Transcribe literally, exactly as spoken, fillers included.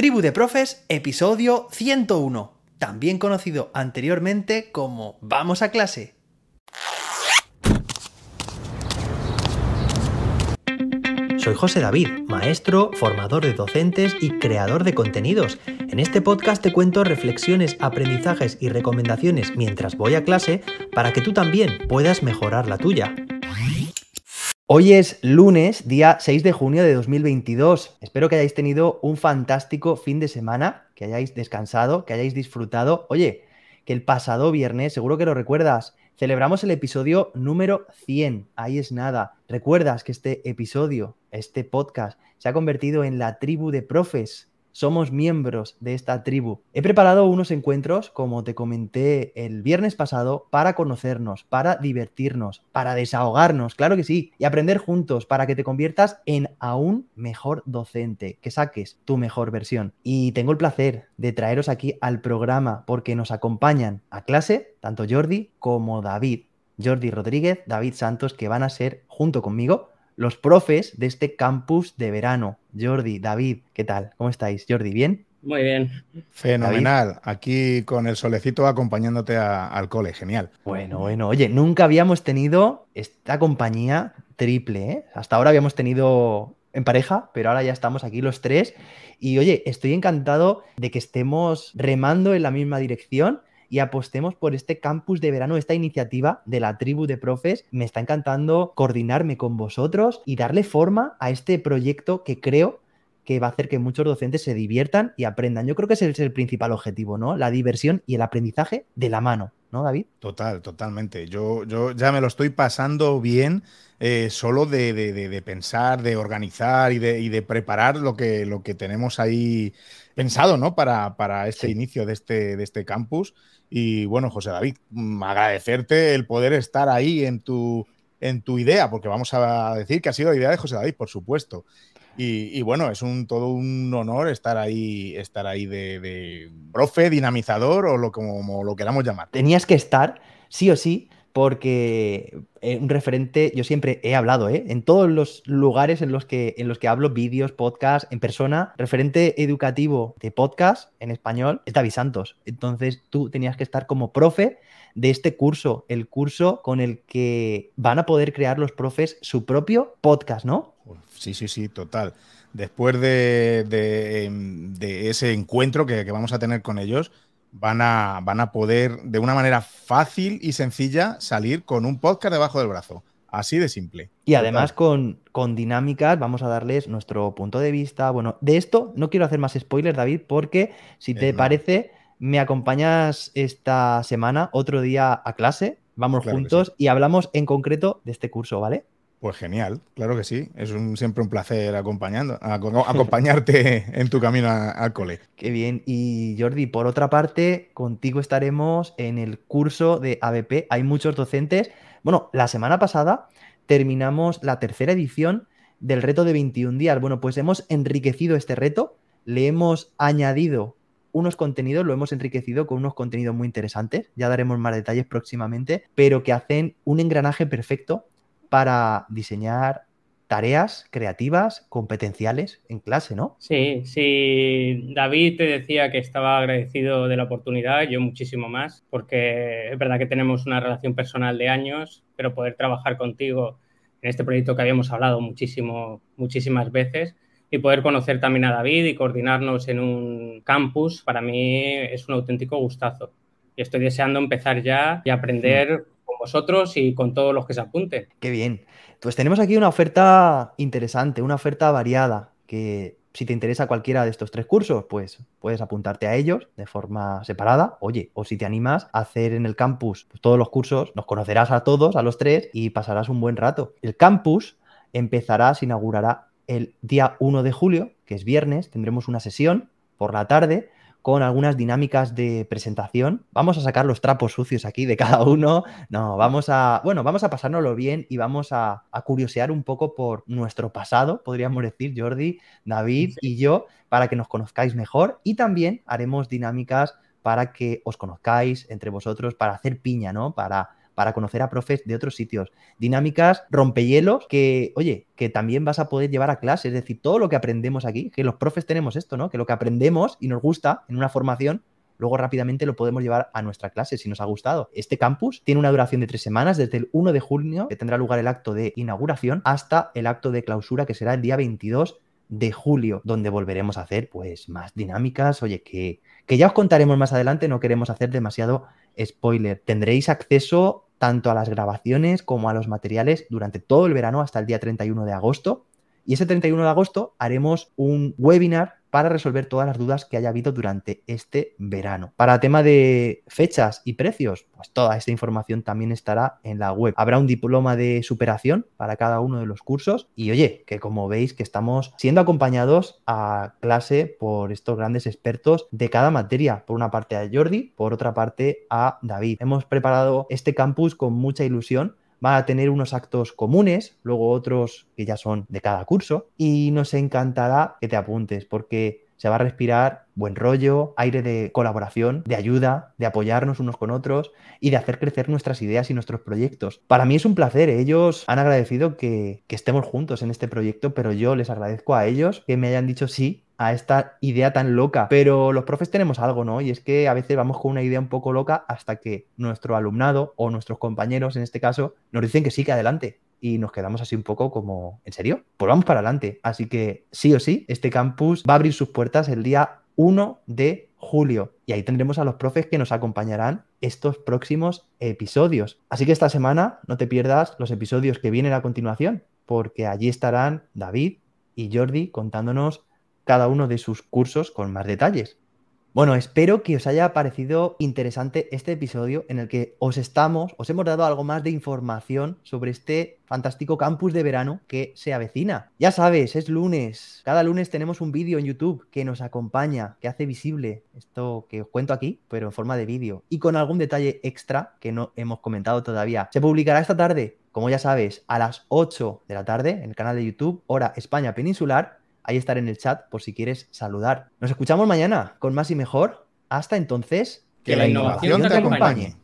Tribu de Profes, episodio ciento uno, también conocido anteriormente como Vamos a clase. Soy José David, maestro, formador de docentes y creador de contenidos. En este podcast te cuento reflexiones, aprendizajes y recomendaciones mientras voy a clase para que tú también puedas mejorar la tuya. Hoy es lunes, día seis de junio de dos mil veintidós. Espero que hayáis tenido un fantástico fin de semana, que hayáis descansado, que hayáis disfrutado. Oye, que el pasado viernes, seguro que lo recuerdas, celebramos el episodio número cien. Ahí es nada. ¿Recuerdas que este episodio, este podcast, se ha convertido en la tribu de profes? Somos miembros de esta tribu. He preparado unos encuentros, como te comenté el viernes pasado, para conocernos, para divertirnos, para desahogarnos, claro que sí, y aprender juntos para que te conviertas en aún mejor docente, que saques tu mejor versión. Y tengo el placer de traeros aquí al programa porque nos acompañan a clase tanto Jordi como David. Jordi Rodríguez, David Santos, que van a ser, junto conmigo, los profes de este campus de verano. Jordi, David, ¿qué tal? ¿Cómo estáis? Jordi, ¿bien? Muy bien. Fenomenal. David. Aquí con el solecito acompañándote a, al cole. Genial. Bueno, bueno. Oye, nunca habíamos tenido esta compañía triple, ¿eh? Hasta ahora habíamos tenido en pareja, pero ahora ya estamos aquí los tres. Y oye, estoy encantado de que estemos remando en la misma dirección y apostemos por este campus de verano, esta iniciativa de la tribu de profes. Me está encantando coordinarme con vosotros y darle forma a este proyecto que creo que va a hacer que muchos docentes se diviertan y aprendan. Yo creo que ese es el principal objetivo, ¿no? La diversión y el aprendizaje de la mano, ¿no, David? Total, totalmente. Yo, yo ya me lo estoy pasando bien eh, solo de, de, de, de pensar, de organizar y de, y de preparar lo que, lo que tenemos ahí pensado, ¿no? Para, para este Sí. inicio de este, de este campus. Y bueno, José David, agradecerte el poder estar ahí en tu, en tu idea, porque vamos a decir que ha sido idea de José David, por supuesto. Y, y bueno, es un todo un honor estar ahí, estar ahí de, de profe, dinamizador o lo como lo queramos llamar. Tenías que estar, sí o sí, porque un referente, yo siempre he hablado, ¿eh? En todos los lugares en los que, en los que hablo, vídeos, podcasts, en persona, referente educativo de podcast en español es David Santos. Entonces tú tenías que estar como profe de este curso, el curso con el que van a poder crear los profes su propio podcast, ¿no? Sí, sí, sí, total. Después de, de, de ese encuentro que, que vamos a tener con ellos, van a, van a poder de una manera fácil y sencilla salir con un podcast debajo del brazo. Así de simple. Y además con, con dinámicas vamos a darles nuestro punto de vista. Bueno, de esto no quiero hacer más spoilers, David, porque si te Es parece, me acompañas esta semana, otro día a clase, vamos claro juntos sí. y hablamos en concreto de este curso, ¿vale? Pues genial, claro que sí. Es un, siempre un placer acompañando, acompañarte en tu camino al cole. Qué bien. Y Jordi, por otra parte, contigo estaremos en el curso de A B P. Hay muchos docentes. Bueno, la semana pasada terminamos la tercera edición del reto de veintiún días. Bueno, pues hemos enriquecido este reto, le hemos añadido unos contenidos, lo hemos enriquecido con unos contenidos muy interesantes, ya daremos más detalles próximamente, pero que hacen un engranaje perfecto para diseñar tareas creativas, competenciales en clase, ¿no? Sí, sí. David te decía que estaba agradecido de la oportunidad, yo muchísimo más, porque es verdad que tenemos una relación personal de años, pero poder trabajar contigo en este proyecto que habíamos hablado muchísimo, muchísimas veces y poder conocer también a David y coordinarnos en un campus, para mí es un auténtico gustazo. Y estoy deseando empezar ya y aprender mm. con vosotros y con todos los que se apunten. Qué bien. Pues tenemos aquí una oferta interesante, una oferta variada, que si te interesa cualquiera de estos tres cursos, pues puedes apuntarte a ellos de forma separada. Oye, o si te animas a hacer en el campus pues, todos los cursos, nos conocerás a todos, a los tres, y pasarás un buen rato. El campus empezará, se inaugurará el día uno de julio, que es viernes, tendremos una sesión por la tarde con algunas dinámicas de presentación. Vamos a sacar los trapos sucios aquí de cada uno. No, vamos a, bueno, vamos a pasárnoslo bien y vamos a, a curiosear un poco por nuestro pasado, podríamos decir, Jordi, David sí. y yo, para que nos conozcáis mejor. Y también haremos dinámicas para que os conozcáis entre vosotros, para hacer piña, ¿no? Para, para conocer a profes de otros sitios. Dinámicas rompehielos que, oye, que también vas a poder llevar a clase. Es decir, todo lo que aprendemos aquí, que los profes tenemos esto, ¿no? Que lo que aprendemos y nos gusta en una formación, luego rápidamente lo podemos llevar a nuestra clase si nos ha gustado. Este campus tiene una duración de tres semanas, desde el uno de junio, que tendrá lugar el acto de inauguración, hasta el acto de clausura, que será el día veintidós de julio, donde volveremos a hacer pues más dinámicas, oye, que, que ya os contaremos más adelante, no queremos hacer demasiado spoiler. Tendréis acceso tanto a las grabaciones como a los materiales durante todo el verano hasta el día treinta y uno de agosto, y ese treinta y uno de agosto haremos un webinar para resolver todas las dudas que haya habido durante este verano. Para tema de fechas y precios, pues toda esta información también estará en la web. Habrá un diploma de superación para cada uno de los cursos y oye, que como veis que estamos siendo acompañados a clase por estos grandes expertos de cada materia. Por una parte a Jordi, por otra parte a David. Hemos preparado este campus con mucha ilusión. Va a tener unos actos comunes, luego otros que ya son de cada curso, y nos encantará que te apuntes porque se va a respirar buen rollo, aire de colaboración, de ayuda, de apoyarnos unos con otros y de hacer crecer nuestras ideas y nuestros proyectos. Para mí es un placer, ellos han agradecido que, que estemos juntos en este proyecto, pero yo les agradezco a ellos que me hayan dicho sí a esta idea tan loca. Pero los profes tenemos algo, ¿no? Y es que a veces vamos con una idea un poco loca hasta que nuestro alumnado o nuestros compañeros, en este caso, nos dicen que sí, que adelante. Y nos quedamos así un poco como, ¿en serio? Pues vamos para adelante. Así que sí o sí, este campus va a abrir sus puertas el día uno de julio. Y ahí tendremos a los profes que nos acompañarán estos próximos episodios. Así que esta semana no te pierdas los episodios que vienen a continuación, porque allí estarán David y Jordi contándonos cada uno de sus cursos con más detalles. Bueno, espero que os haya parecido interesante este episodio en el que os estamos, os hemos dado algo más de información sobre este fantástico campus de verano que se avecina. Ya sabes, es lunes. Cada lunes tenemos un vídeo en YouTube que nos acompaña, que hace visible esto que os cuento aquí, pero en forma de vídeo y con algún detalle extra que no hemos comentado todavía. Se publicará esta tarde, como ya sabes, a las ocho de la tarde en el canal de YouTube, hora España Peninsular. Ahí estaré en el chat por si quieres saludar. Nos escuchamos mañana con más y mejor. Hasta entonces, que, que la innovación, innovación te acompañe. acompañe.